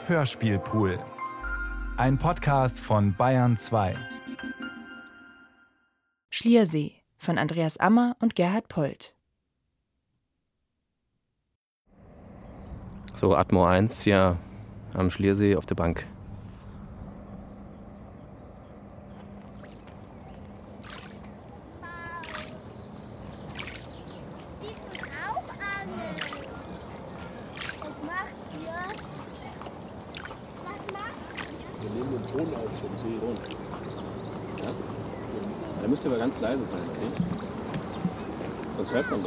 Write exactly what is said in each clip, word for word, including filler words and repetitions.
Hörspielpool. Ein Podcast von Bayern zwei. Schliersee von Andreas Ammer und Gerhard Polt. So, Atmo eins hier am Schliersee auf der Bank. Vom See runter. Ja? Da müsst ihr aber ganz leise sein, okay? Sonst hört man das.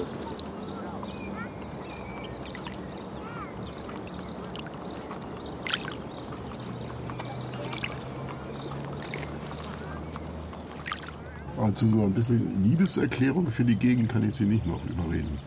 Also so ein bisschen Liebeserklärung für die Gegend kann ich Sie nicht noch überreden.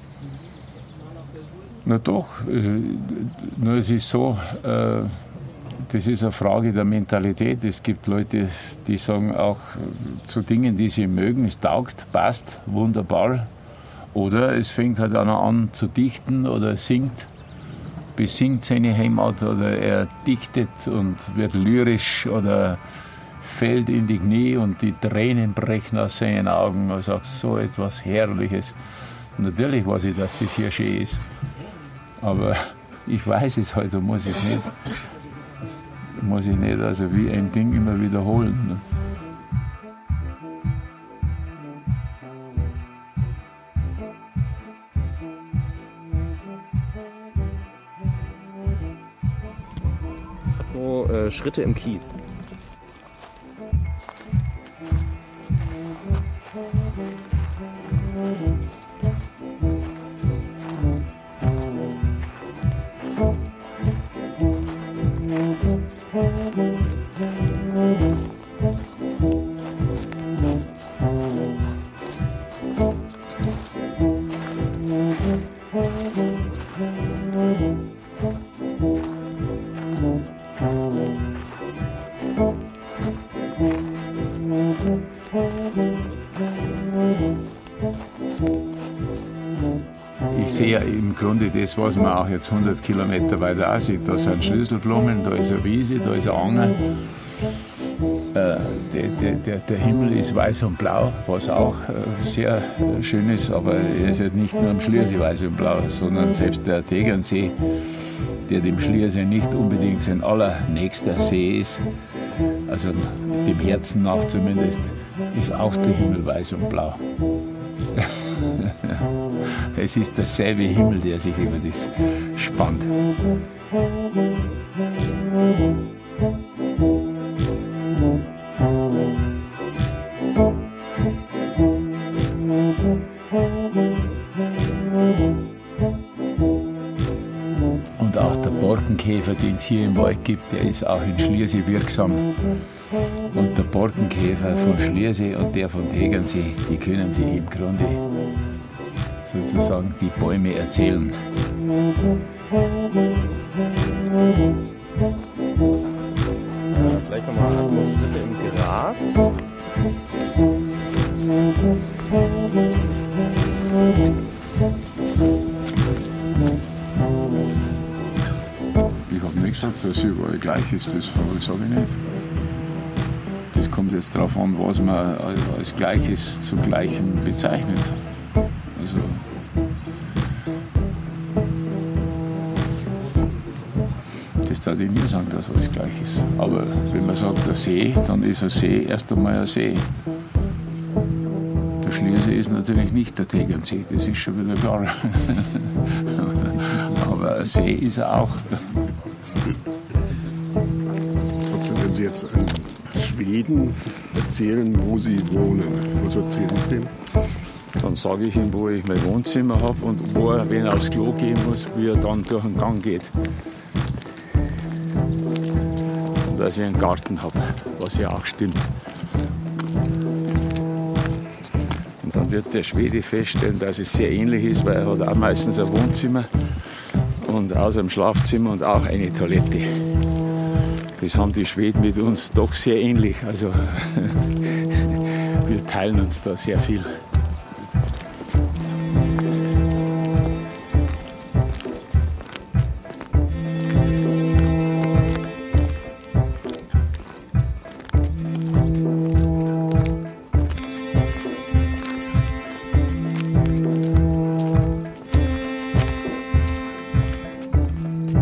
Na doch, äh, nur es ist so, äh, das ist eine Frage der Mentalität. Es gibt Leute, die sagen auch zu Dingen, die sie mögen, es taugt, passt, wunderbar. Oder es fängt halt einer an zu dichten oder singt, besingt seine Heimat oder er dichtet und wird lyrisch oder fällt in die Knie und die Tränen brechen aus seinen Augen und sagt, so etwas Herrliches. Natürlich weiß ich, dass das hier schön ist, aber ich weiß es halt und muss es nicht. Muss ich nicht, also wie ein Ding immer wiederholen. Ne? Atmo, äh, Schritte im Kies. Ich sehe ja im Grunde das, was man auch jetzt hundert Kilometer weiter auch sieht. Da sind Schlüsselblumen, da ist eine Wiese, da ist ein Anger. Äh, der, der, der Himmel ist weiß und blau, was auch äh, sehr schön ist, aber er ist jetzt nicht nur am Schliersee weiß und blau, sondern selbst der Tegernsee, der dem Schliersee nicht unbedingt sein allernächster See ist, also dem Herzen nach zumindest, ist auch der Himmel weiß und blau. Es ist derselbe Himmel, der sich über das spannt. Und auch der Borkenkäfer, den es hier im Wald gibt, der ist auch in Schliersee wirksam. Und der Borkenkäfer von Schliersee und der von Tegernsee, die können sich im Grunde sozusagen die Bäume erzählen. Ja, vielleicht nochmal Atmo, Schritte im Gras. Ich habe nicht gesagt, dass überall gleich ist, das sage ich nicht. Das kommt jetzt darauf an, was man als Gleiches zu Gleichem bezeichnet. Also das darf ich nie sagen, dass alles gleich ist. Aber wenn man sagt, der See, dann ist ein See erst einmal ein See. Der Schliersee ist natürlich nicht der Tegernsee, das ist schon wieder klar. Aber ein See ist er auch. Trotzdem, wenn Sie jetzt in Schweden erzählen, wo Sie wohnen, was erzählen Sie dem? Dann sage ich ihm, wo ich mein Wohnzimmer habe und wo er, wenn er aufs Klo gehen muss, wie er dann durch den Gang geht. Und dass ich einen Garten habe, was ja auch stimmt. Und dann wird der Schwede feststellen, dass es sehr ähnlich ist, weil er hat auch meistens ein Wohnzimmer und außer dem Schlafzimmer und auch eine Toilette. Das haben die Schweden mit uns doch sehr ähnlich. Also wir teilen uns da sehr viel.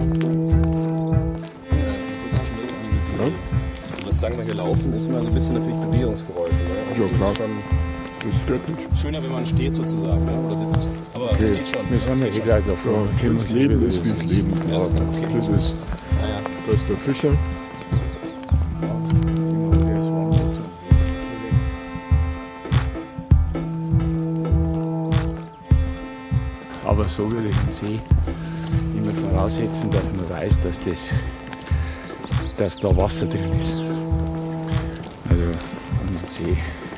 Solange wir hier laufen, ist immer so ein bisschen natürlich Bewegungsgeräusche. Ne? Ja, das klar. ist schon Das stört nicht. schöner, wenn man steht sozusagen, ne? Oder sitzt. Aber es geht schon. Wir sind ja eh gleich davor. Ja, das Leben ist, wie es Leben ist. Ja, okay. Das ist, Naja. da ist der Fischer. Aber so würde ich den See immer voraussetzen, dass man weiß, dass, das, dass da Wasser drin ist. Also an den See.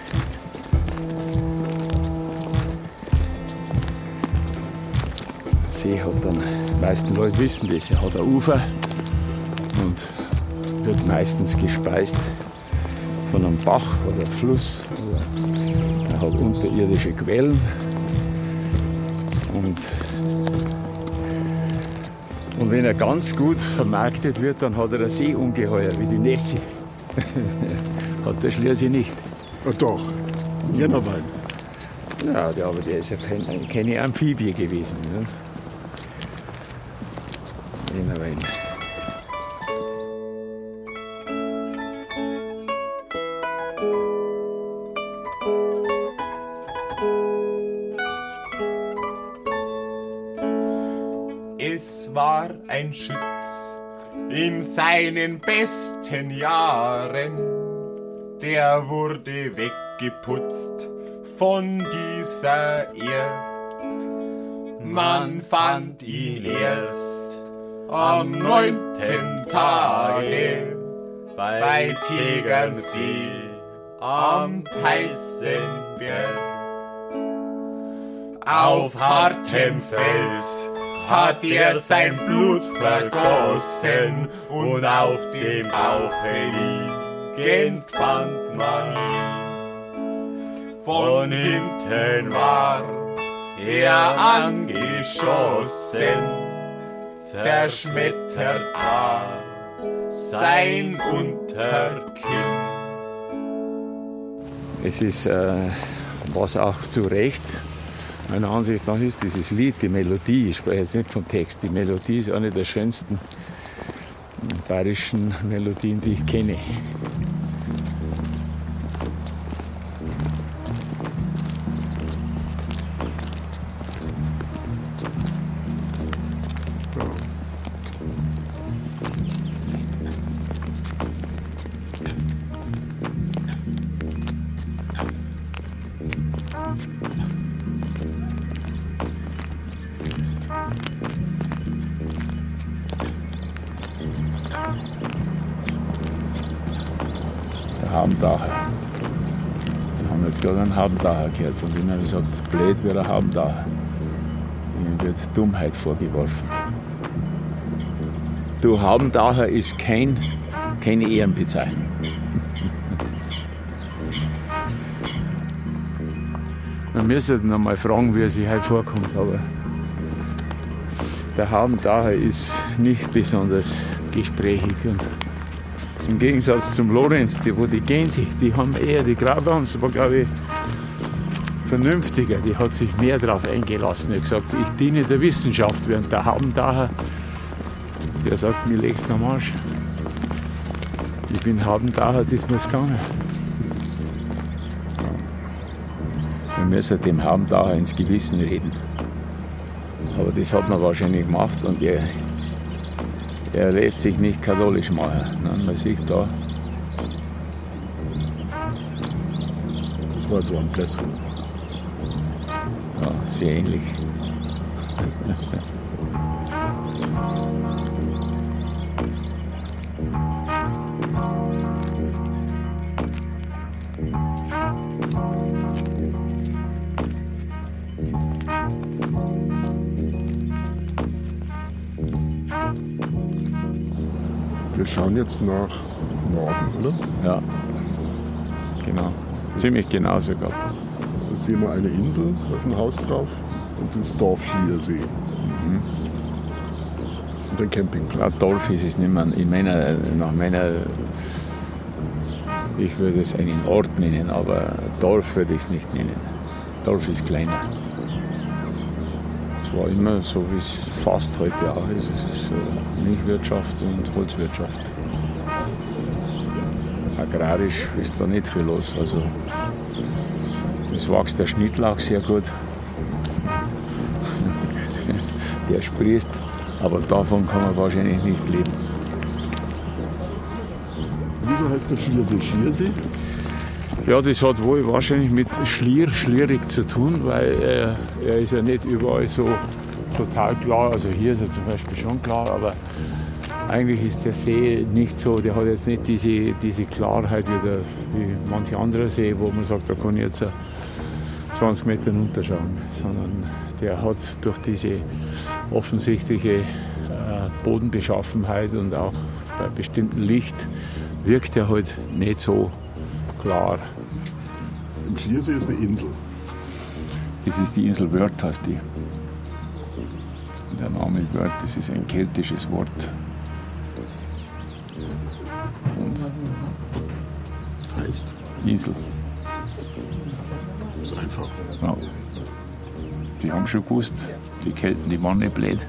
Der See hat dann, die meisten Leute wissen das, er hat ein Ufer und wird meistens gespeist von einem Bach oder einem Fluss. Oder er hat unterirdische Quellen. Und, und wenn er ganz gut vermarktet wird, dann hat er ein Seeungeheuer wie die Nessie. Hat der Schliersee nicht. Ah, doch, Jännerwein. Ja, der, aber der ist ja kein, keine Amphibie gewesen. Ne? Jännerwein. Es war ein Schütz in seinen besten Jahren, der wurde weggeputzt von dieser Erd. Man fand ihn erst am neunten Tage bei Tegernsee am Peißenberg. Auf hartem Fels hat er sein Blut vergossen und auf dem Bauche liegend fand man ihn. Von hinten war er angeschossen, zerschmettert war sein Unterkinn. Es ist, äh, was auch zu Recht meiner Ansicht nach ist, dieses Lied, die Melodie, ich spreche jetzt nicht vom Text, die Melodie ist eine der schönsten bayerischen Melodien, die ich kenne. Habendacher. Wir haben jetzt gerade einen Habendacher gehört, von dem habe ich gesagt, blöd wäre ein Habendacher. Ihnen wird Dummheit vorgeworfen. Du, Habendacher ist kein, keine Ehrenbezeichnung. Man müsste noch mal fragen, wie er sich heute vorkommt, aber der Habendacher ist nicht besonders gesprächig. Und im Gegensatz zum Lorenz, die, wo die Gänse, die haben eher, die Grauwans war, glaube ich, vernünftiger, die hat sich mehr darauf eingelassen. Er hat gesagt, ich diene der Wissenschaft, während der Habendacher, der sagt, mir legt am Arsch. Ich bin Habendacher, das muss gehen. Wir müssen dem Habendacher ins Gewissen reden. Aber das hat man wahrscheinlich gemacht und er, er lässt sich nicht katholisch machen. Man sieht da. Das war so ein Plätzchen. Ja, sehr ähnlich. Wir schauen jetzt nach Norden, oder? Ja, genau. Ziemlich genau sogar. Da sehen wir eine Insel, da ist ein Haus drauf und das Dorf Schliersee. Mhm. Und ein Campingplatz. Ja, Dorf ist es nicht mehr. In meiner, nach meiner, ich würde es einen Ort nennen, aber Dorf würde ich es nicht nennen. Dorf ist kleiner. Es war immer so, wie es fast heute auch ist. Es ist so Milchwirtschaft und Holzwirtschaft. Agrarisch ist da nicht viel los. Also es wächst der Schnittlauch sehr gut. Der sprießt, aber davon kann man wahrscheinlich nicht leben. Wieso heißt der Schliersee Schliersee? Ja, das hat wohl wahrscheinlich mit Schlier, schlierig zu tun, weil er, er ist ja nicht überall so total klar. Also hier ist er zum Beispiel schon klar, aber eigentlich ist der See nicht so, der hat jetzt nicht diese, diese Klarheit wie, der, wie manche andere See, wo man sagt, da kann ich jetzt zwanzig Meter runterschauen, sondern der hat durch diese offensichtliche äh, Bodenbeschaffenheit und auch bei bestimmtem Licht wirkt er halt nicht so klar. Im Schliersee ist eine Insel. Das ist die Insel Wörth, heißt die. Der Name Wörth, das ist ein keltisches Wort. Und heißt? Insel. Das ist einfach. Ja. Die haben schon gewusst, die Kelten, die waren nicht blöd.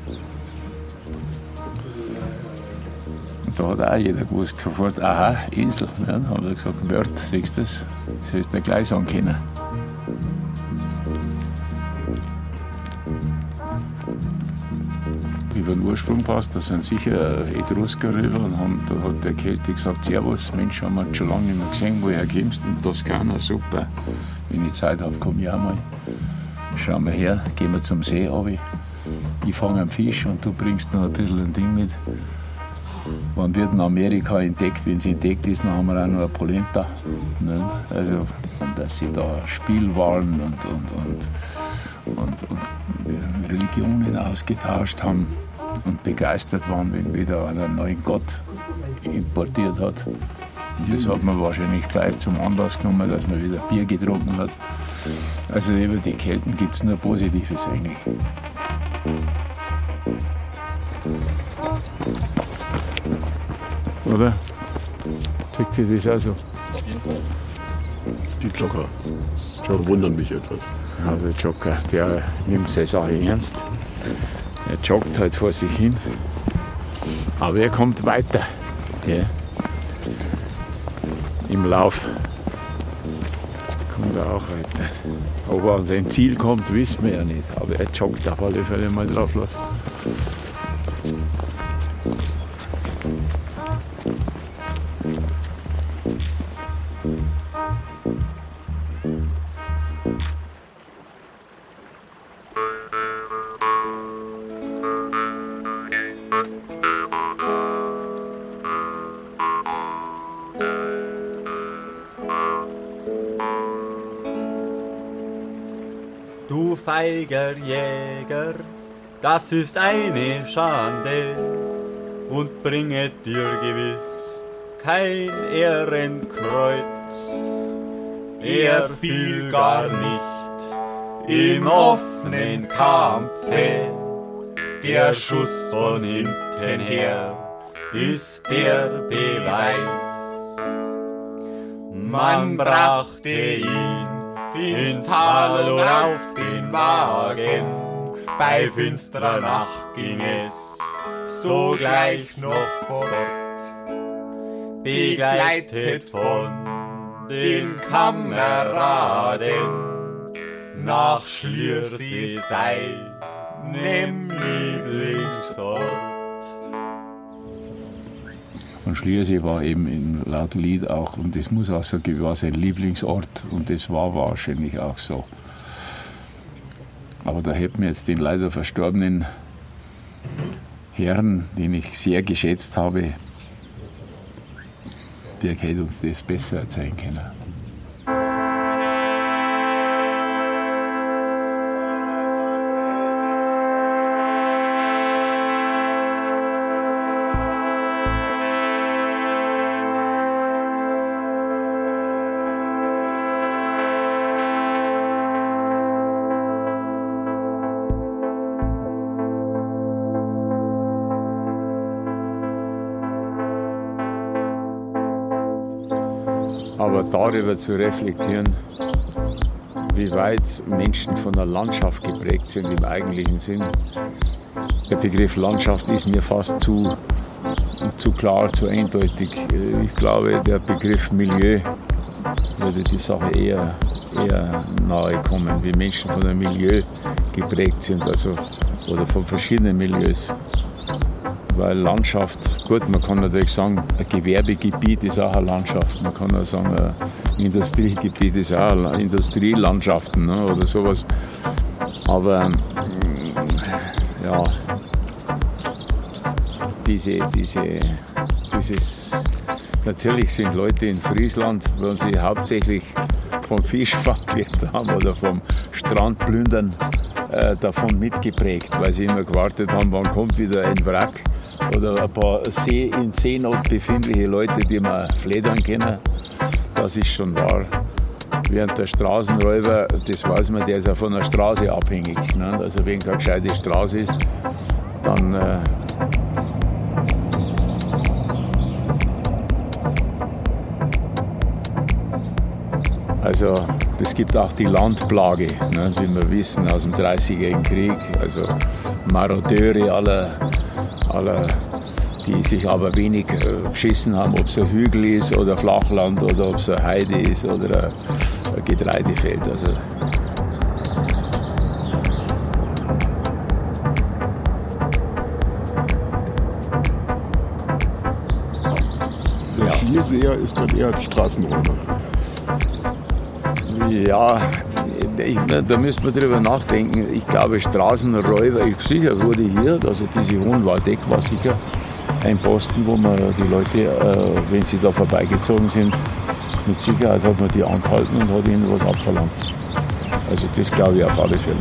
Und da hat auch jeder gewusst, sofort, aha, Insel. Ja, dann haben wir gesagt, Wörth, siehst du das? Das heißt der gleich sagen können. Über den Ursprung passt, da sind sicher Etrusker rüber und haben, da hat der Kelte gesagt, Servus, Mensch, haben wir schon lange nicht mehr gesehen, woher kommst du? Und Toskana, super. Wenn ich Zeit habe, komme ich auch mal. Schauen wir her, gehen wir zum See runter. Ich fange einen Fisch und du bringst noch ein bisschen ein Ding mit. Wann wird in Amerika entdeckt? Wenn es entdeckt ist, dann haben wir auch noch eine Polenta. Ne? Also, dass sie da Spielwaren und, und, und, und, und Religionen ausgetauscht haben und begeistert waren, wenn wieder einer einen neuen Gott importiert hat. Und das hat man wahrscheinlich gleich zum Anlass genommen, dass man wieder Bier getrunken hat. Also über die Kelten gibt es nur Positives eigentlich. Oder? Zeigt dir das auch so? Auf jeden Fall. Die Jogger verwundern mich etwas. Ja, der Jogger, der nimmt seine Sache ernst. Er joggt halt vor sich hin. Aber er kommt weiter. Ja. Im Lauf kommt er auch weiter. Ob er an sein Ziel kommt, wissen wir ja nicht. Aber er joggt auf alle Fälle mal drauf los. Du feiger Jäger, das ist eine Schande und bringet dir gewiss kein Ehrenkreuz. Er fiel gar nicht im offenen Kampfe, der Schuss von hinten her ist der Beweis. Man brachte ihn ins Tal und auf den Wagen, bei finsterer Nacht ging es sogleich noch fort, begleitet von den Kameraden nach Schliersee seinem Lieblingsort. Und Schliersee war eben in laut Lied auch, und das muss auch so gewesen, war sein Lieblingsort, und das war wahrscheinlich auch so. Aber da hätten wir jetzt den leider verstorbenen Herrn, den ich sehr geschätzt habe, der hätte uns das besser erzählen können. Aber darüber zu reflektieren, wie weit Menschen von der Landschaft geprägt sind im eigentlichen Sinn, der Begriff Landschaft ist mir fast zu, zu klar, zu eindeutig. Ich glaube, der Begriff Milieu würde die Sache eher, eher nahe kommen, wie Menschen von einem Milieu geprägt sind, also, oder von verschiedenen Milieus. Weil Landschaft, gut, man kann natürlich sagen, ein Gewerbegebiet ist auch eine Landschaft. Man kann auch sagen, ein Industriegebiet ist auch eine Industrielandschaften, ne, oder sowas. Aber ja, diese, diese, dieses, natürlich sind Leute in Friesland, wenn sie hauptsächlich vom Fischfang gelebt haben oder vom Strandplündern, äh, davon mitgeprägt, weil sie immer gewartet haben, wann kommt wieder ein Wrack oder ein paar See, in Seenot befindliche Leute, die man fledern können. Das ist schon wahr. Während der Straßenräuber, das weiß man, der ist ja von der Straße abhängig. Ne? Also wenn keine gescheite Straße ist, dann äh, also es gibt auch die Landplage, ne, wie wir wissen aus dem dreißigjährigen Krieg, also Marodeure aller, aller, die sich aber wenig äh, geschissen haben, ob es ein Hügel ist oder Flachland oder ob es eine Heide ist oder ein, ein Getreidefeld. Also der Schlierseher ist dann eher Straßenräuber. Ja, ich, da müsste man drüber nachdenken. Ich glaube, Straßenräuber, ich, sicher wurde hier, also diese Hohenwaldeck war sicher ein Posten, wo man die Leute, äh, wenn sie da vorbeigezogen sind, mit Sicherheit hat man die angehalten und hat ihnen was abverlangt. Also das glaube ich auf alle Fälle.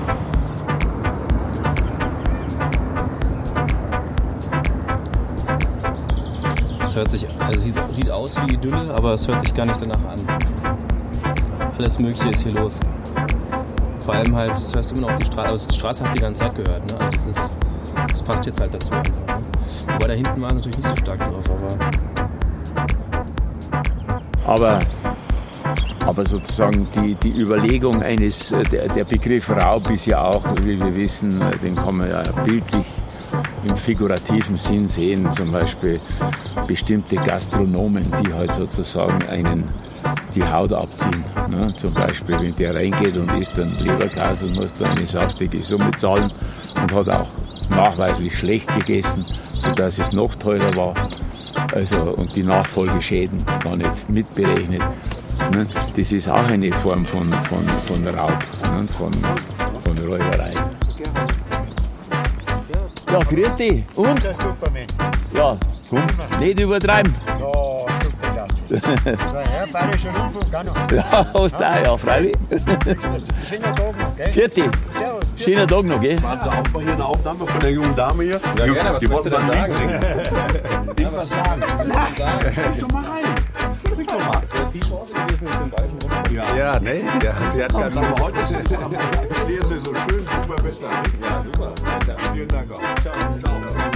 Es hört sich, also sieht, sieht aus wie Idylle, aber es hört sich gar nicht danach an. Alles Mögliche ist hier los. Vor allem halt, du hörst immer noch die Straße, also die Straße hast du die ganze Zeit gehört, ne? Also das, ist, das passt jetzt halt dazu einfach, ne? Wobei da hinten war es natürlich nicht so stark drauf, aber... Aber, aber sozusagen die, die Überlegung eines, der, der Begriff Raub ist ja auch, wie wir wissen, den kann man ja bildlich im figurativen Sinn sehen, zum Beispiel bestimmte Gastronomen, die halt sozusagen einen die Haut abziehen. Ne? Zum Beispiel, wenn der reingeht und isst dann Leberkäse und muss dann eine saftige Summe zahlen und hat auch nachweislich schlecht gegessen, sodass es noch teurer war. Also, und die Nachfolgeschäden gar nicht mitberechnet. Ne? Das ist auch eine Form von, von, von Raub, ne? von, von Räuberei. Ja, grüß dich. Und? Das ist super, Mensch. Ja, komm, nicht übertreiben. Ja, super, klasse. So, ja, bayerischer Rundfunk auch noch. Ja, hast du auch, ja, freilich. Schöner Tag noch, gell? Vierte. Servus. Schöner Tag noch, gell? Waren Sie auch mal hier eine Aufnahme von der jungen Dame hier? Ja, gerne, was die willst du wollten denn mal ein sagen? Lied singen. Irgendwas sagen. Sprich doch mal rein. Sprich doch mal. Das wäre jetzt die Chance gewesen, mit dem bayerischen Rundfunk. Ja, Ja, ne? Ja, sie hat aber gerade heute ist es am erklären Sie so schön, super besser. Ja, super. Vielen Dank auch. Ciao. Ciao.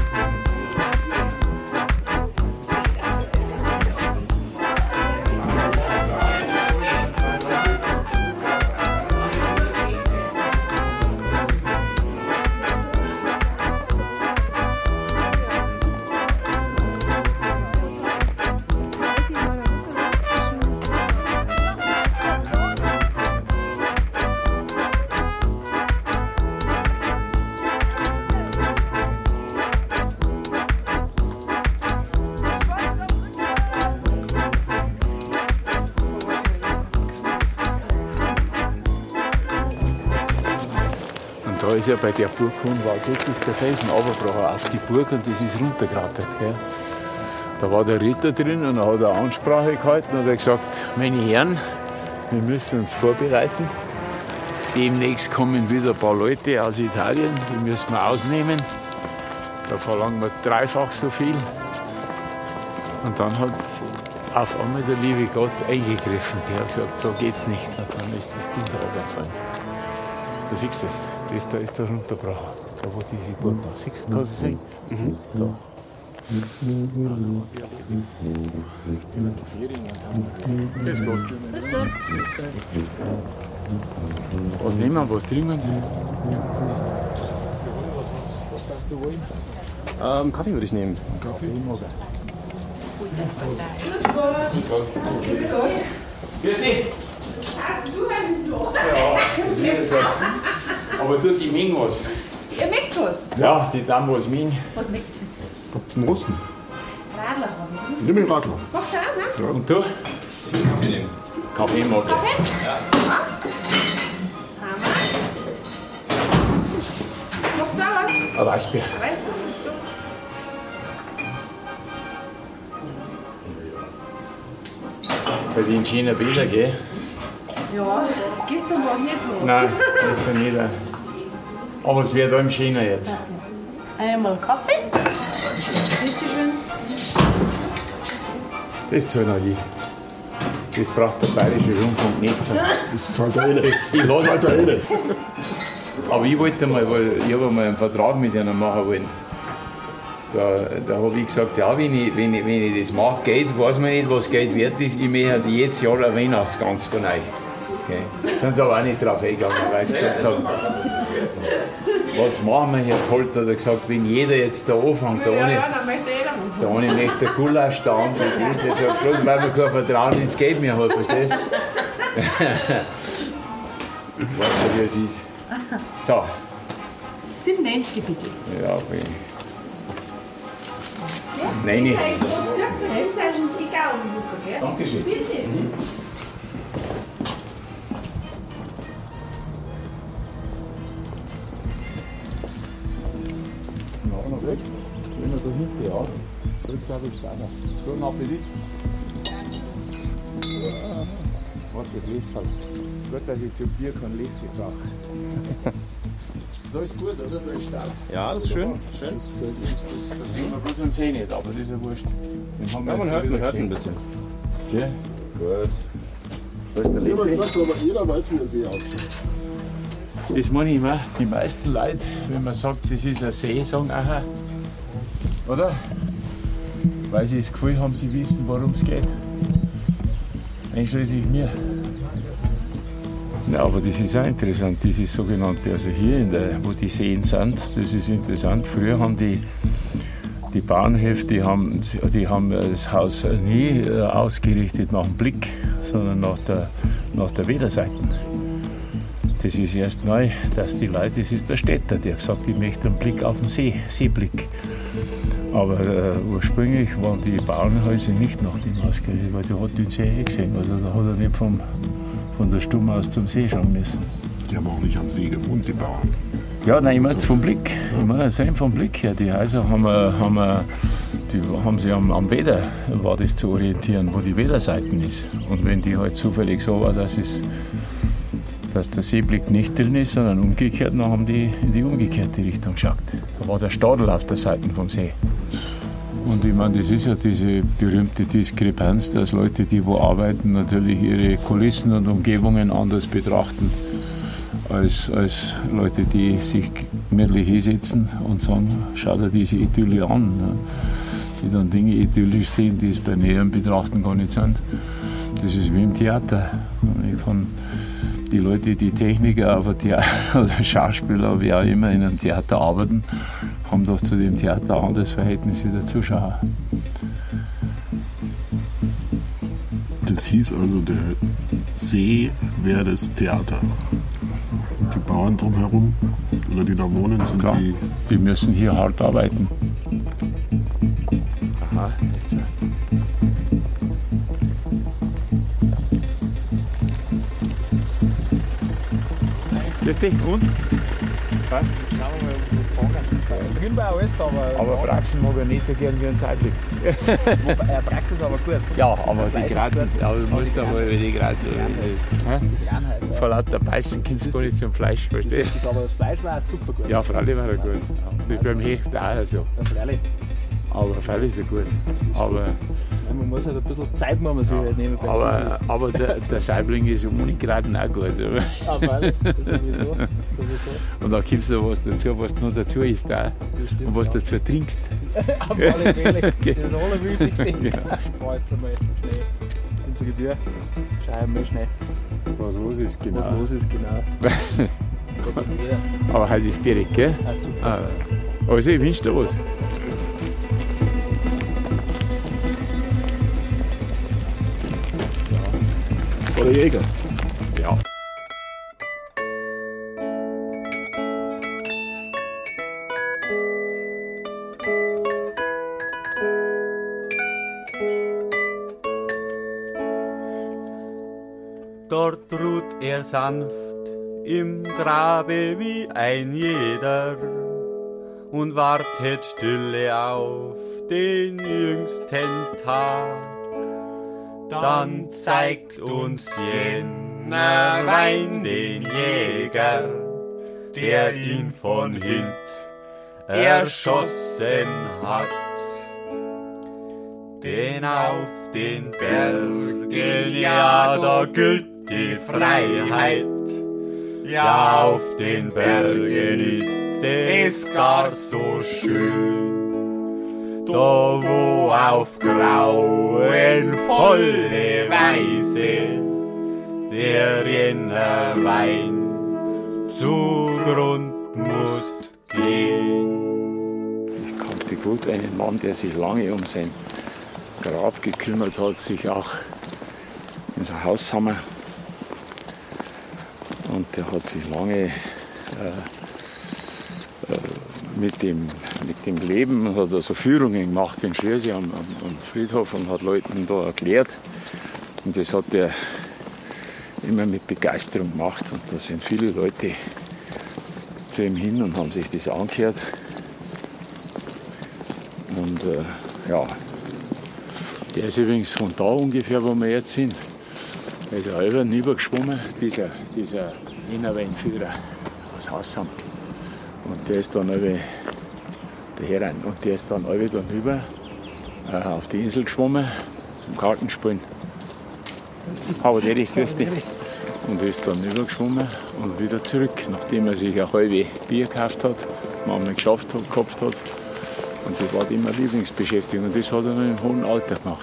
Da ist ja bei der Burg Hohenwald, dort ist der Felsen runtergebrochen auf die Burg und das ist runtergerattert. Gell? Da war der Ritter drin und er hat eine Ansprache gehalten und hat gesagt, meine Herren, wir müssen uns vorbereiten. Demnächst kommen wieder ein paar Leute aus Italien, die müssen wir ausnehmen. Da verlangen wir dreifach so viel. Und dann hat auf einmal der liebe Gott eingegriffen. Er hat gesagt, so geht's nicht. Und dann ist das Ding da runtergefallen. Du siehst das, das da ist da runtergebrochen, da wo diese Burg war. Siehst du, kannst du sehen? Mhm. Da. Grüß Gott. Was nehmen wir, was trinken wir? du wollen? Ähm, Kaffee würde ich nehmen. Kaffee? Grüß dich. Hast du einen Tor? Ja, das ist so. Aber tut die Ming was. Ihr merkt was? Ja, die dann was Ming. Was merkt sie? Habt ihr einen Russen? Radler haben wir. Nimm den Radler. Macht er auch, ne? Ja. Und du? Kaffee nehmen. Kaffee mag ich. Kaffee? Ja. Ja. Hammer. Macht da was? Ein Weißbier. Weißt du? Bei den schönen Bilder, gell? Ja, gestern war nicht so. Nein, das ist ja nicht. Aber es wird allem schöner jetzt. Einmal Kaffee. Bitte schön. Das zahlt noch ich. Das braucht der Bayerische Rundfunk nicht so. Das zahlt er eh nicht. Ich Das zahlt er eh nicht. Aber ich wollte mal, weil ich habe mal einen Vertrag mit ihnen machen wollen. Da, da habe ich gesagt, ja, wenn ich, wenn, ich, wenn ich das mache, Geld, weiß man nicht, was Geld wert ist. Ich möchte jedes Jahr ein Weihnachtsgans von euch. Okay. Sind sie aber auch nicht drauf eingegangen, weil sie gesagt haben, was machen wir, Herr Holt, hat er gesagt, wenn jeder jetzt da anfängt, da Ja, ohne, ja, dann möchte jeder was. da ohne möchte der Gulasch da und so das. Er sagt, bloß weil wir kein Vertrauen ins Geld mehr haben, verstehst du? Ich weiß nicht, wie es ist. So. siebenundneunzig bitte. Ja, okay. Nein, nicht. Dankeschön. Bitte. Mhm. Ja, noch weg. Wenn wir da hinten, ja. Das glaube ich da noch. So, nach die ja. Warte, das lässt halt. Gut, dass ich zum Bier kein Lässi brauche. Da ist gut, oder? Da ist stark. Ja, das ist schön. Schön. Das fällt uns, das, das sehen wir bloß und sehen nicht, aber das ist ja wurscht. Den haben wir Ja, man jetzt hört, wieder man hört gesehen. ein bisschen. Gell? Gut. Da ist Das der ist jemand Leffi. gesagt, aber jeder weiß, wie der See aussieht. Das meine ich immer. Die meisten Leute, wenn man sagt, das ist ein See, sagen, aha. Oder? Weil sie das Gefühl haben, sie wissen, worum es geht. Einschließlich mir. Ja, aber das ist auch interessant, dieses sogenannte, also hier, in der, wo die Seen sind, das ist interessant. Früher haben die, die Bauernhöfe, die haben, die haben das Haus nie äh, ausgerichtet nach dem Blick, sondern nach der, nach der Wetterseite. Das ist erst neu, dass die Leute, das ist der Städter, der gesagt hat, ich möchte einen Blick auf den See, Seeblick. Aber äh, ursprünglich waren die Bauernhäuser nicht nach dem ausgerichtet, weil der hat den See eh gesehen. Also da hat er nicht vom, von der Stumm aus zum See schauen müssen. Die haben auch nicht am See gewohnt, die Bauern. Ja, nein, ich meine jetzt vom Blick. Ich meine jetzt rein vom Blick her. Die Häuser haben, wir, haben, wir, die haben sie am, am Wetter, war das zu orientieren, wo die Wetterseiten ist. Und wenn die halt zufällig so war, dass, es, dass der Seeblick nicht drin ist, sondern umgekehrt, dann haben die in die umgekehrte Richtung geschaut. Da war der Stadel auf der Seite vom See. Und ich meine, das ist ja diese berühmte Diskrepanz, dass Leute, die wo arbeiten, natürlich ihre Kulissen und Umgebungen anders betrachten als, als Leute, die sich gemütlich hinsetzen und sagen, schau dir diese Idylle an. Ne? Die dann Dinge idyllisch sehen, die es bei näherem Betrachten gar nicht sind. Das ist wie im Theater. Ich kann die Leute, die Techniker aber Theater, oder Schauspieler, wie auch immer, in einem Theater arbeiten, haben doch zu dem Theater ein anderes Verhältnis wie der Zuschauer. Das hieß also, der See wäre das Theater. Und die Bauern drumherum, oder die da wohnen, sind Klar, die... die müssen hier hart arbeiten. Aha, jetzt. Grüß dich, und? Passt? Schauen wir mal, ob wir das fangen. Drin war alles, aber... Aber Praxen mag er nicht so gern wie ein Seitblick. Wobei, äh, Praxis aber gut. Ja, aber Der die Fleisch ist Graten, gut. aber du Aber musst die einmal Graten- die Graten. Die Granheit, ja. Vor lauter Beißen kommst du gar nicht zum Fleisch, verstehst Das, aber das Fleisch war auch super gut. Ja, freilich war er gut. Das ist beim Hecht auch so. Ja, freilich. Aber freilich ist er gut. Aber, Ja, man muss halt ein bisschen Zeit muss man sich halt nehmen. beim aber, Essen. aber der, der Saibling ist um ohne Graten auch gut. Ah, freilich. Sowieso. Sowieso. Und dann gibst du was dazu, was du noch dazu isst auch. stimmt, Und was ja. dazu trinkst. Auf alle Fälle. Das Okay. ist das Allerwichtigste. Ja. Ich fahr jetzt einmal schnell in zur Gebühr. Schau mal schnell, Was los ist, genau. was los ist, genau. Aber heute ist Birek, gell? Ah, super. Ah, Also, ich wünsche dir was. Oder Jäger. Ja. Dort ruht er sanft im Grabe wie ein jeder und wartet stille auf den jüngsten Tag. Dann zeigt uns jener Wein den Jäger, der ihn von hint erschossen hat. Denn auf den Bergen, ja, da gilt die Freiheit. Ja, auf den Bergen ist es gar so schön. Da wo auf grauenvolle Weise der jener Wein zugrund muss gehen. Ich kannte gut einen Mann, der sich lange um sein Grab gekümmert hat, sich auch in sein Haus haben. Und der hat sich lange äh, äh, mit, dem, mit dem Leben, hat also Führungen gemacht in Schlesien am, am Friedhof und hat Leuten da erklärt. Und das hat er immer mit Begeisterung gemacht. Und da sind viele Leute zu ihm hin und haben sich das angehört. Und äh, ja, der ist übrigens von da ungefähr, wo wir jetzt sind. Da ist er über rübergeschwommen, dieser, dieser Innerweinführer aus Hassam. Und der ist dann über, der Herren, und der ist dann über dann rüber äh, auf die Insel geschwommen zum Kartenspielen. Aber der ich grüß dich. Und ist dann rübergeschwommen und wieder zurück, nachdem er sich eine halbe Bier gekauft hat, man nicht geschafft hat, gehabt hat. Und das war immer Lieblingsbeschäftigung und das hat er noch im hohen Alter gemacht.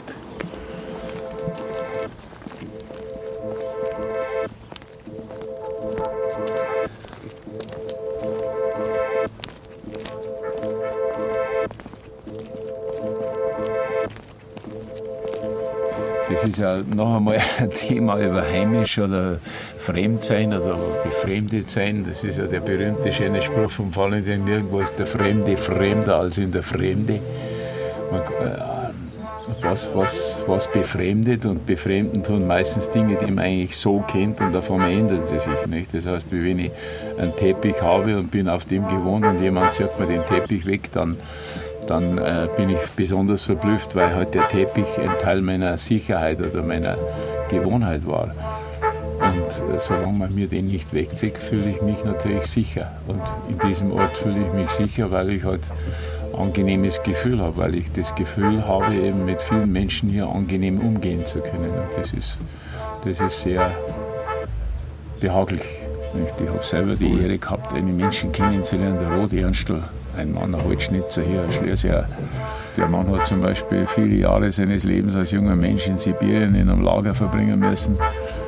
Das ist ja noch einmal ein Thema über heimisch oder Fremdsein oder befremdet sein. Das ist ja der berühmte schöne Spruch vom Valentin, nirgendwo ist der Fremde fremder als in der Fremde. Man, äh, was, was, was befremdet und befremden tun meistens Dinge, die man eigentlich so kennt und davon ändern sie sich nicht. Das heißt, wie wenn ich einen Teppich habe und bin auf dem gewohnt und jemand sagt mir den Teppich weg, dann dann äh, bin ich besonders verblüfft, weil halt der Teppich ein Teil meiner Sicherheit oder meiner Gewohnheit war. Und äh, solange man mir den nicht wegzieht, fühle ich mich natürlich sicher. Und in diesem Ort fühle ich mich sicher, weil ich halt ein angenehmes Gefühl habe, weil ich das Gefühl habe, eben mit vielen Menschen hier angenehm umgehen zu können. Und das ist, das ist sehr behaglich. Ich habe selber die Ehre gehabt, einen Menschen kennenzulernen, der Rudi Ernstl. Ein Mann, ein Holzschnitzer hier, ein Schlesier. Der Mann hat zum Beispiel viele Jahre seines Lebens als junger Mensch in Sibirien in einem Lager verbringen müssen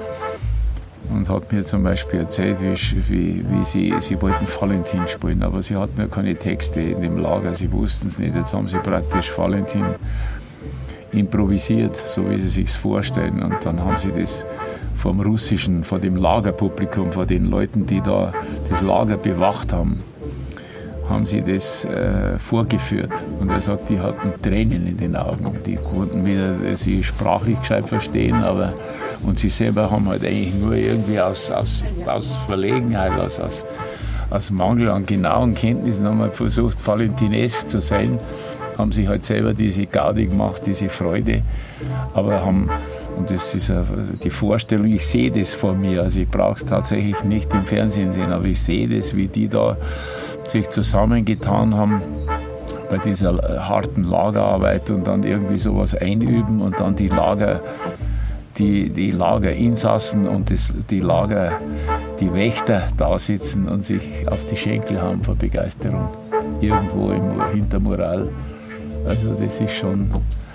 und hat mir zum Beispiel erzählt, wie, wie, wie sie, sie wollten Valentin spielen, aber sie hatten ja keine Texte in dem Lager, sie wussten es nicht. Jetzt haben sie praktisch Valentin improvisiert, so wie sie sich vorstellen, und dann haben sie das vom russischen, vor dem Lagerpublikum, vor den Leuten, die da das Lager bewacht haben, haben sie das äh, vorgeführt. Und er sagt, die hatten Tränen in den Augen. Die konnten weder sie sprachlich gescheit verstehen, aber und sie selber haben halt eigentlich nur irgendwie aus, aus, aus Verlegenheit, aus, aus, aus Mangel an genauen Kenntnissen haben halt versucht, valentinesk zu sein, haben sich halt selber diese Gaudi gemacht, diese Freude, aber haben, und das ist die Vorstellung, ich sehe das vor mir, also ich brauche es tatsächlich nicht im Fernsehen sehen, aber ich sehe das, wie die da sich zusammengetan haben bei dieser harten Lagerarbeit und dann irgendwie sowas einüben und dann die Lager, die, die Lagerinsassen und das, die Lager, die Wächter da sitzen und sich auf die Schenkel haben vor Begeisterung. Irgendwo im Hintermoral. Also das ist schon,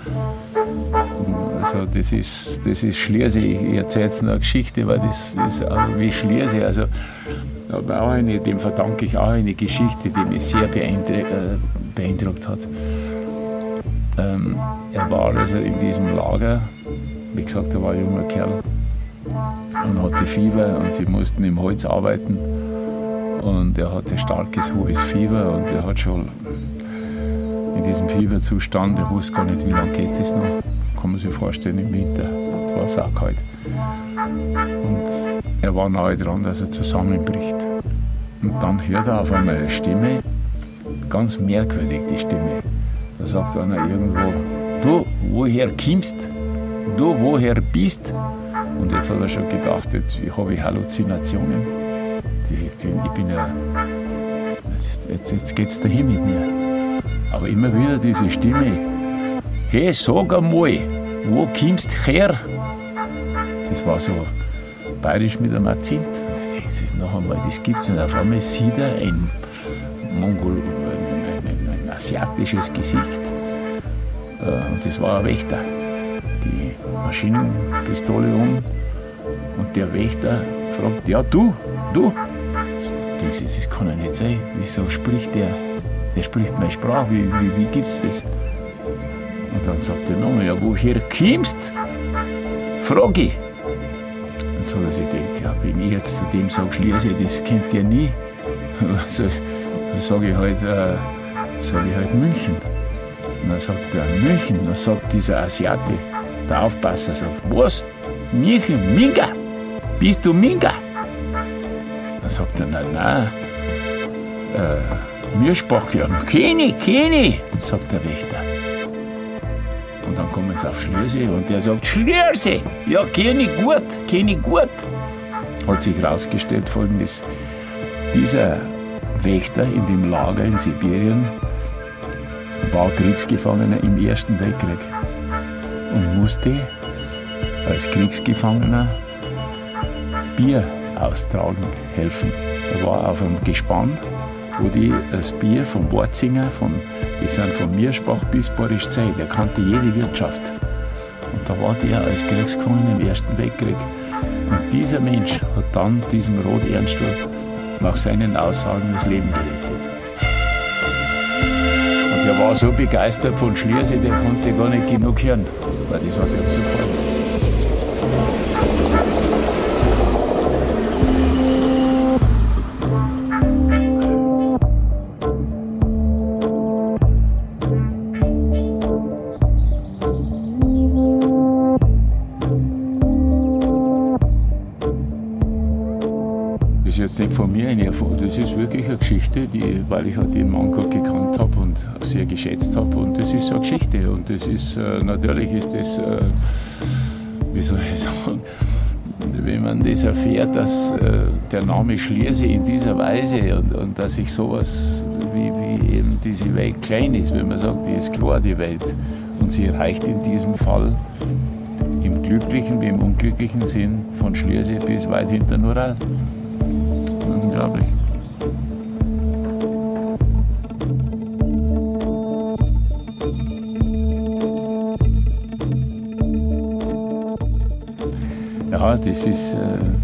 also das ist, das ist Schliersee. Ich erzähle jetzt noch eine Geschichte, weil das ist wie Schliersee. Also aber auch eine, dem verdanke ich auch eine Geschichte, die mich sehr beeindruckt, äh, beeindruckt hat. Ähm, er war also in diesem Lager, wie gesagt, er war ein junger Kerl und hatte Fieber und sie mussten im Holz arbeiten und er hatte starkes, hohes Fieber und er hat schon in diesem Fieberzustand, er wusste gar nicht, wie lange geht es noch, kann man sich vorstellen, im Winter, es war saukalt. Und er war nahe dran, dass er zusammenbricht. Und dann hört er auf einmal eine Stimme, ganz merkwürdig die Stimme. Da sagt einer irgendwo, du, woher kommst? Du, woher bist? Und jetzt hat er schon gedacht, jetzt habe ich Halluzinationen. Ich bin, ich bin ja, jetzt, jetzt, jetzt geht's dahin mit mir. Aber immer wieder diese Stimme, hey, sag einmal, wo kommst du her? Das war so bayerisch mit einem Akzent. Noch einmal, das gibt's nicht. Auf einmal sieht er ein, Mongol, ein, ein, ein asiatisches Gesicht. Und das war ein Wächter. Die Maschinenpistole um. Und der Wächter fragt, ja du, du. Ich denke, das kann ja nicht sein. Wieso spricht der? Der spricht meine Sprache. Wie, wie, wie gibt's das? Und dann sagt der Name, ja, woher kommst? Frage ich. Und so hat er sich gedacht, ja, wenn ich jetzt zu dem sage, Schliersee, das kennt der nie. So, dann sage ich halt, äh, sag ich halt München. Und dann sagt er, München. Dann sagt dieser Asiate, der Aufpasser, sagt, was? München, Minga? Bist du Minga? Dann sagt er, nein, nein. Äh, Miersprachler, keine, keine, sagt der Wächter. Und dann kommen sie auf Schliersee und der sagt, Schliersee, ja, kenne ich gut, kenne ich gut. Hat sich herausgestellt Folgendes, dieser Wächter in dem Lager in Sibirien war Kriegsgefangener im Ersten Weltkrieg und musste als Kriegsgefangener Bier austragen helfen. Er war auf einem Gespann, wo die das Bier vom Worzinger, von, die sind von Miersbach bis Borischzeit, er kannte jede Wirtschaft. Und da war der als Kriegsgefangener im Ersten Weltkrieg. Und dieser Mensch hat dann diesem Rot Ernstorf nach seinen Aussagen das Leben gerettet. Und er war so begeistert von Schliersee, der konnte gar nicht genug hören, weil das hat ihm so gefallen. Das ist jetzt nicht von mir eine Erfahrung, das ist wirklich eine Geschichte, die, weil ich halt den Mann gut gekannt habe und sehr geschätzt habe. Und das ist eine Geschichte. Und das ist, äh, natürlich ist das, äh, wie soll ich sagen, wenn man das erfährt, dass äh, der Name Schliersee in dieser Weise und, und dass sich sowas wie, wie eben diese Welt klein ist, wenn man sagt, die ist klar, die Welt. Und sie reicht in diesem Fall im glücklichen wie im unglücklichen Sinn von Schliersee bis weit hinter den Ural. Unglaublich. Ja, das ist äh,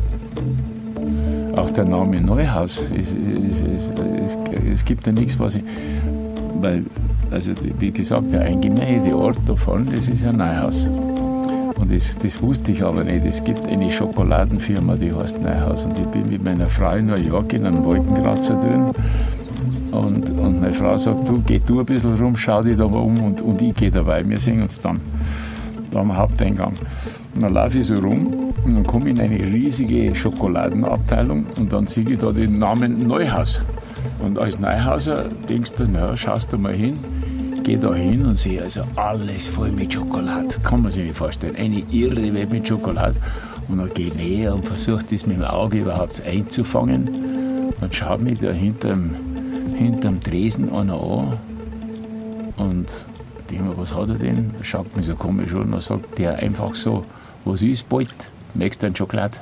auch der Name Neuhaus. Es, es, es, es, es gibt ja nichts, was ich. Weil, also wie gesagt, der eingemeindete Ort da vorne, das ist ja Neuhaus. Und das, das wusste ich aber nicht. Es gibt eine Schokoladenfirma, die heißt Neuhaus. Und ich bin mit meiner Frau in New York in einem Wolkenkratzer drin. Und, und meine Frau sagt, du, geh du ein bisschen rum, schau dich da mal um und, und ich gehe dabei. Wir sehen uns dann am Haupteingang. Und dann laufe ich so rum und dann komme ich in eine riesige Schokoladenabteilung und dann sehe ich da den Namen Neuhaus. Und als Neuhauser denkst du, na, schaust du mal hin. Gehe da hin und sehe also alles voll mit Schokolade. Kann man sich nicht vorstellen. Eine irre Welt mit Schokolade. Und dann gehe ich näher und versuche das mit dem Auge überhaupt einzufangen. Dann schaut mich da hinterm, hinterm Tresen einer an. Und denke mir, was hat er denn? Er schaut mich so komisch an und dann sagt der einfach so, was ist bald? Möchtest du einen Schokolade?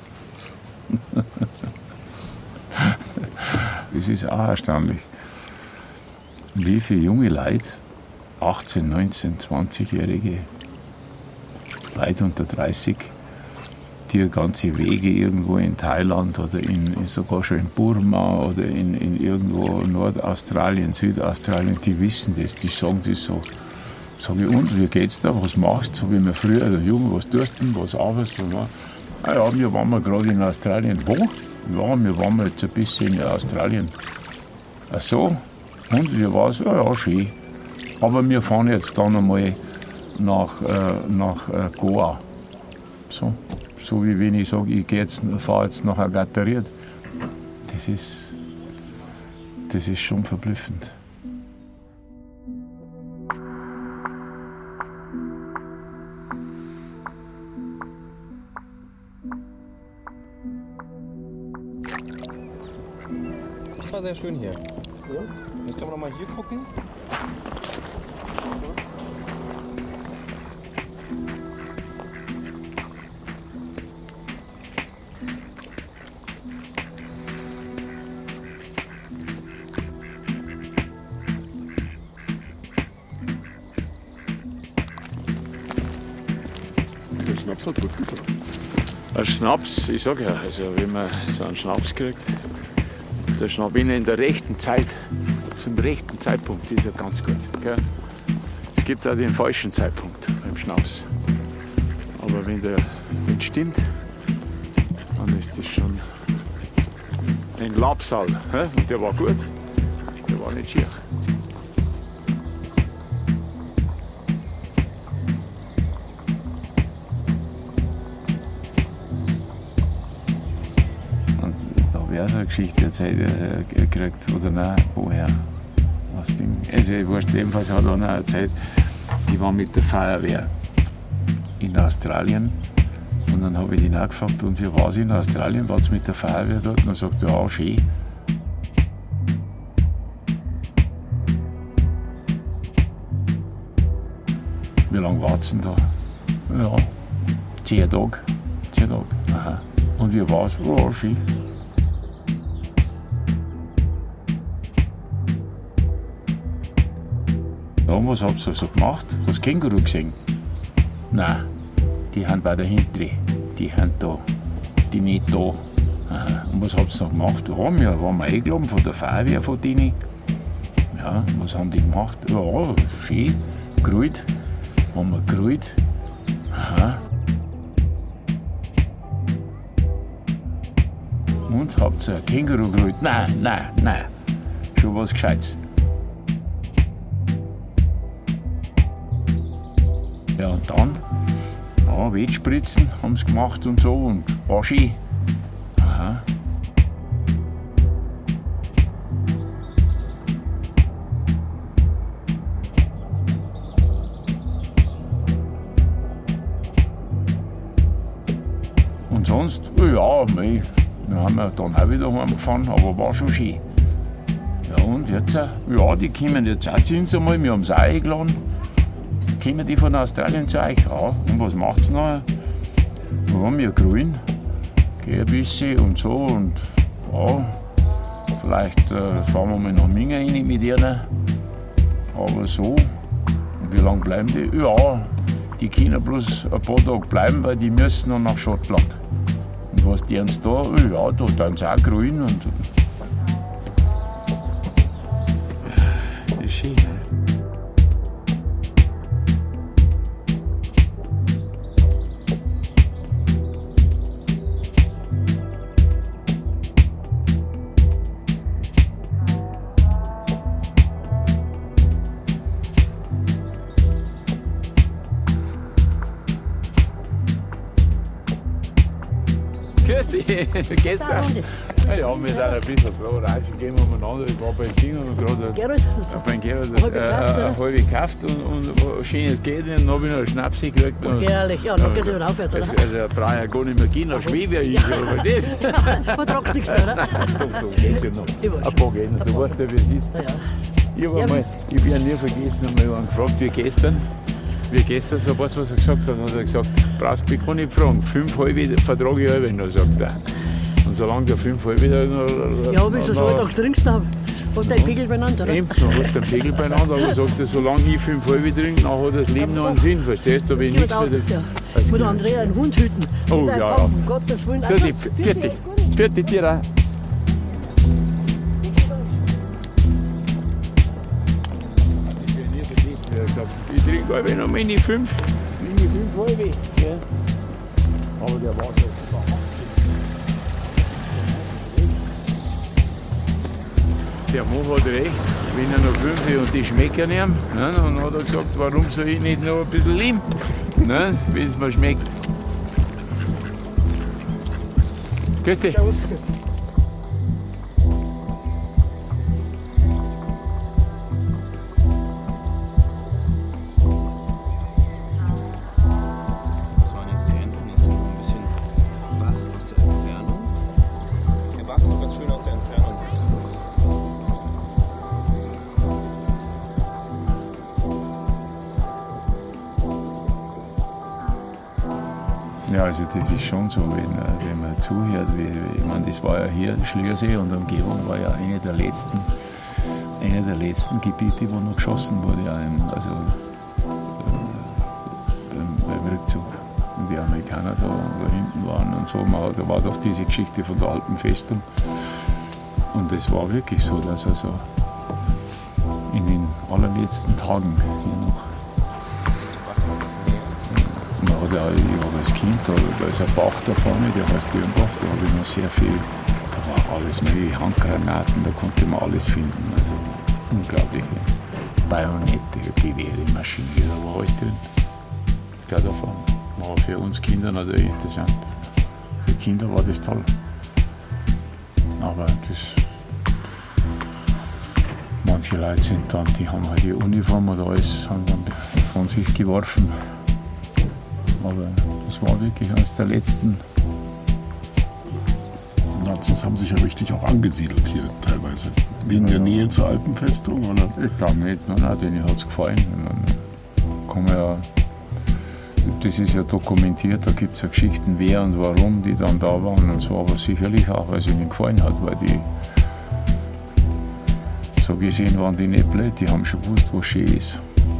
Das ist auch erstaunlich. Wie viele junge Leute, achtzehn, neunzehn, zwanzigjährige, weit unter dreißig, die ganze Wege irgendwo in Thailand oder in, in sogar schon in Burma oder in, in irgendwo Nordaustralien, Südaustralien, die wissen das, die sagen das so. Sag ich, und, wie geht's da, was machst du? So wie wir früher, der Junge, was tust du denn, was arbeitest du? Ah ja, wir waren mal gerade in Australien. Wo? Ja, wir waren jetzt ein bisschen in Australien. Ach so, und wie war's? Ja, ja, schön. Aber wir fahren jetzt dann einmal nach, äh, nach äh, Goa. So. So wie wenn ich sage, ich jetzt, fahre jetzt nach Agateriert. Das ist, das ist schon verblüffend. Das war sehr schön hier. Ja. Jetzt können wir noch mal hier gucken. Der Schnaps hat gut getan. Ein Schnaps, ich sage ja, also wenn man so einen Schnaps kriegt, der Schnaps in der rechten Zeit, zum rechten Zeitpunkt ist er ganz gut. Gell? Es gibt auch den falschen Zeitpunkt beim Schnaps. Aber wenn der nicht stimmt, dann ist das schon ein Labsal. Gell? Und der war gut, der war nicht schier. Ja, so eine Geschichte erzählt, äh, gekriegt, oder nein, woher? Was Ding. Also, wurscht, jedenfalls hat einer erzählt, die waren mit der Feuerwehr in Australien. Und dann habe ich ihn auch gefragt, und wie war es in Australien? War es mit der Feuerwehr dort? Und er sagt, ja, schön. Wie lange war es denn da? Ja, zehn Tage. Zehn Tage. Aha. Und wie war es? Ja, schön. Ja, was habt ihr so gemacht? Hast du Känguru gesehen? Nein, die haben bei der Hintere. Die haben da. Die nicht da. Aha. Und was habt ihr noch gemacht? Ja, wir waren eingeladen von der Feuerwehr von denen. Ja, was haben die gemacht? Ja, schön. Gerührt. Haben wir gerührt. Aha. Und habt ihr ein Känguru gerührt? Nein, nein, nein. Schon was Gescheites. Ja, und dann, ja, Wettspritzen haben sie gemacht und so und war schön. Aha. Und sonst, ja, mei, wir haben ja dann auch wieder heimgefahren, aber war schon schön. Ja, und jetzt, ja, die kommen jetzt auch zu uns einmal, wir haben sie auch eingeladen. Kommen die von Australien zu euch? Ja. Und was macht's noch? Ja, wir grün, gehen ein bisschen und so und ja, vielleicht äh, fahren wir mal nach Minga rein mit ihnen. Aber so, und wie lange bleiben die? Ja, die können bloß ein paar Tage bleiben, weil die müssen noch nach Schottland. Und was die uns da? Ja, da tun sie auch grün und das ist schön. Grüß dich, gestern. Ja, ja, wir sind ein bisschen da, Reisen gehen wir umeinander. Ich war beim Ding und gerade Gerald, beim Gerald eine halbe gekauft und, und schönes geht. Und dann habe ich noch einen Schnaps gekriegt. Ehrlich, ja, dann geht es wieder aufwärts, oder? Also, also brauche ich ja gar nicht mehr gehen, nach Schwäbisch ist ja, aber das. Ja, man tragt nichts mehr, oder? Doch, doch, geht ja noch. Ein paar gehen, du weißt ja, wie es ist. Ja, ja. Ich habe einmal, ich werde nie vergessen, einmal jemanden gefragt, wie gestern. Wie gestern, so was, was er gesagt hat, hat er gesagt, brauchst mich gar nicht fragen, fünf halbe vertrage ich halbe noch, sagt er. Und solange der fünf halbe da noch... Ja, wenn du das Alltag trinkst, dann Hast du einen Pegel beieinander, oder? Eben, dann hat er einen Pegel beieinander, aber sagt er, solange ich fünf halbe trinke, dann hat das Leben noch einen Sinn, verstehst du? Wenn ich nichts mehr Ja. Jetzt muss der Andrea einen Hund hüten. Oh, Mit einem ja, Kampf, ja. um Gottes Willen. Vierte, vierte, vierte Tiere. Ich trinke halbe noch meine fünf, meine fünf halbe. Ja. Aber der war so. Der Mann hat recht, wenn er noch fünf ist und die schmecken ihm, ne, dann hat er gesagt, warum soll ich nicht noch ein bisschen nehmen, ne, wenn es mir schmeckt. Grüß dich. Servus. Das waren jetzt die Enten, die sind noch ein bisschen wach aus der Entfernung. Der wachsen noch ganz schön aus der Entfernung. Ja, also das ist schon so, wenn, wenn man zuhört, wie, ich meine, das war ja hier, Schliersee und Umgebung war ja eine der letzten, eine der letzten Gebiete, wo noch geschossen wurde, ja, im, also äh, beim, beim Rückzug. Und die Amerikaner da, da hinten waren und so, man, da war doch diese Geschichte von der Alpenfestung. Und das war wirklich so, dass also in den allerletzten Tagen hier noch. Ja, ich habe als Kind, da, da ist ein Bach da vorne, der heißt Dürnbach, da habe ich noch sehr viel, da war alles mögliche, Handgranaten, da konnte man alles finden, also unglaubliche Bajonette, Gewehre, Maschinengewehr, da war alles drin. Gleich davon. War für uns Kinder natürlich interessant. Für Kinder war das toll. Aber das, manche Leute sind dann, die haben halt die Uniform oder alles, haben dann von sich geworfen. Aber das war wirklich eines der letzten. Die Nazis haben sich ja richtig auch angesiedelt hier teilweise. Wegen der Nähe zur Alpenfestung, oder? Ich glaube nicht, nein, nein, denen hat es gefallen. Kann man ja, das ist ja dokumentiert, da gibt es ja Geschichten, wer und warum die dann da waren und so, aber sicherlich auch, weil es ihnen gefallen hat, weil die, so gesehen waren die nicht blöd, die haben schon gewusst, wo schön ist.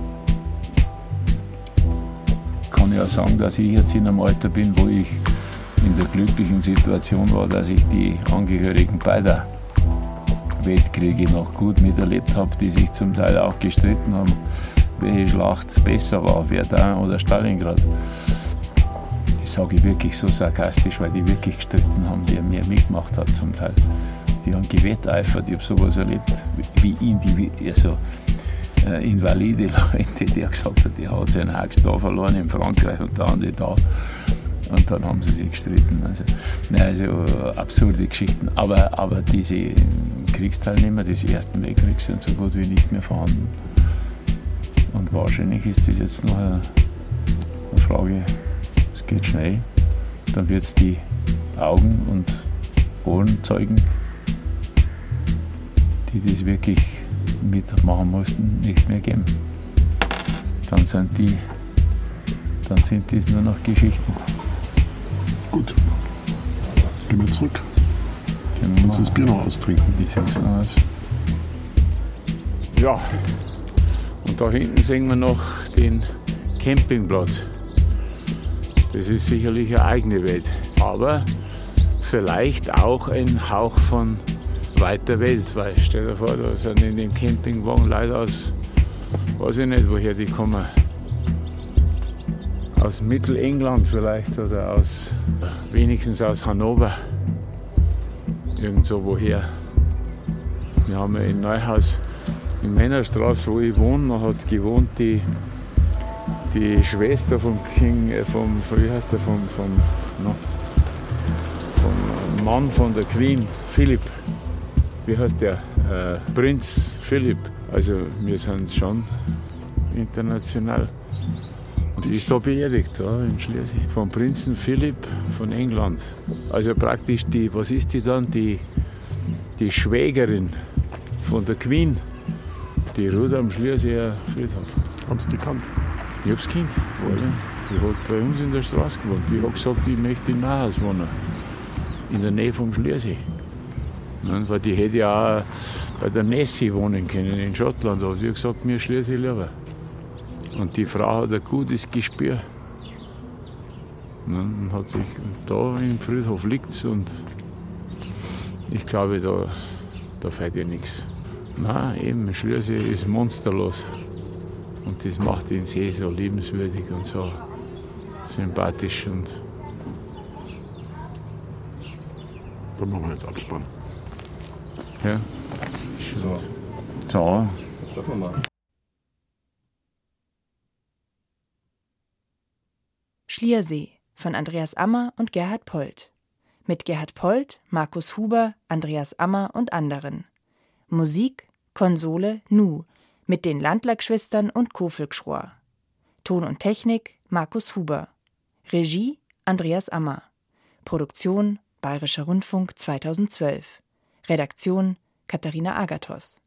Ich kann ja sagen, dass ich jetzt in einem Alter bin, wo ich in der glücklichen Situation war, dass ich die Angehörigen beider Weltkriege noch gut miterlebt habe, die sich zum Teil auch gestritten haben, welche Schlacht besser war, Verdun oder Stalingrad. Das sage ich wirklich so sarkastisch, weil die wirklich gestritten haben, wer mehr mitgemacht hat zum Teil. Die haben gewetteifert, ich habe sowas erlebt, wie Individuen, also äh, invalide Leute, der gesagt hat, die hat seinen Hax da verloren in Frankreich und der andere da. Und dann haben sie sich gestritten. Also, nein, also absurde Geschichten. Aber, aber diese Kriegsteilnehmer des Ersten Weltkriegs sind so gut wie nicht mehr vorhanden. Und wahrscheinlich ist das jetzt noch eine, eine Frage, es geht schnell, dann wird es die Augen- und Ohrenzeugen, die das wirklich mitmachen mussten, nicht mehr geben. Dann sind die, dann sind das nur noch Geschichten. Gut. Gehen wir zurück. Können wir uns das Bier noch austrinken? Ich trinke es noch aus. Ja, und da hinten sehen wir noch den Campingplatz. Das ist sicherlich eine eigene Welt, aber vielleicht auch ein Hauch von weiter Welt, weil stell dir vor, da sind in dem Campingwagen Leute aus, weiß ich nicht, woher die kommen. Aus Mittelengland vielleicht oder aus, wenigstens aus Hannover. Irgendwo woher. Wir haben ja in Neuhaus, in Männerstraße, wo ich wohne, da hat gewohnt die, die Schwester vom King, äh, vom, wie heißt der, vom, vom, no, vom Mann von der Queen, Philipp. Wie heißt der? Äh, Prinz Philipp. Also wir sind schon international. Und die ist da beerdigt, da in Schliersee. Vom Prinzen Philipp von England. Also praktisch die, was ist die dann? Die, die Schwägerin von der Queen. Die ruht am Schlierseer Friedhof. Haben Sie die gekannt? Ich hab's Kind. Also, die hat bei uns in der Straße gewohnt. Die hat gesagt, ich möchte in Neuhaus wohnen. In der Nähe vom Schliersee. Ne? Weil die hätte ja auch bei der Nessie wohnen können in Schottland. Aber sie hat gesagt, mir schließe ich lieber. Und die Frau hat ein gutes Gespür. Ne? Und hat sich da im Friedhof liegt und ich glaube, da, da fällt ihr nichts. Nein, eben, Schlürse ist monsterlos. Und das macht ihn sehr so liebenswürdig und so sympathisch. Und dann machen wir jetzt Abspann. Ja. So. So. Jetzt stoppen wir mal. Schliersee von Andreas Ammer und Gerhard Polt. Mit Gerhard Polt, Markus Huber, Andreas Ammer und anderen. Musik, Konsole, Nu, mit den Landler-Geschwistern und Kofel-Gschror. Ton und Technik, Markus Huber. Regie, Andreas Ammer. Produktion, Bayerischer Rundfunk zweitausendzwölf. Redaktion, Katharina Agathos.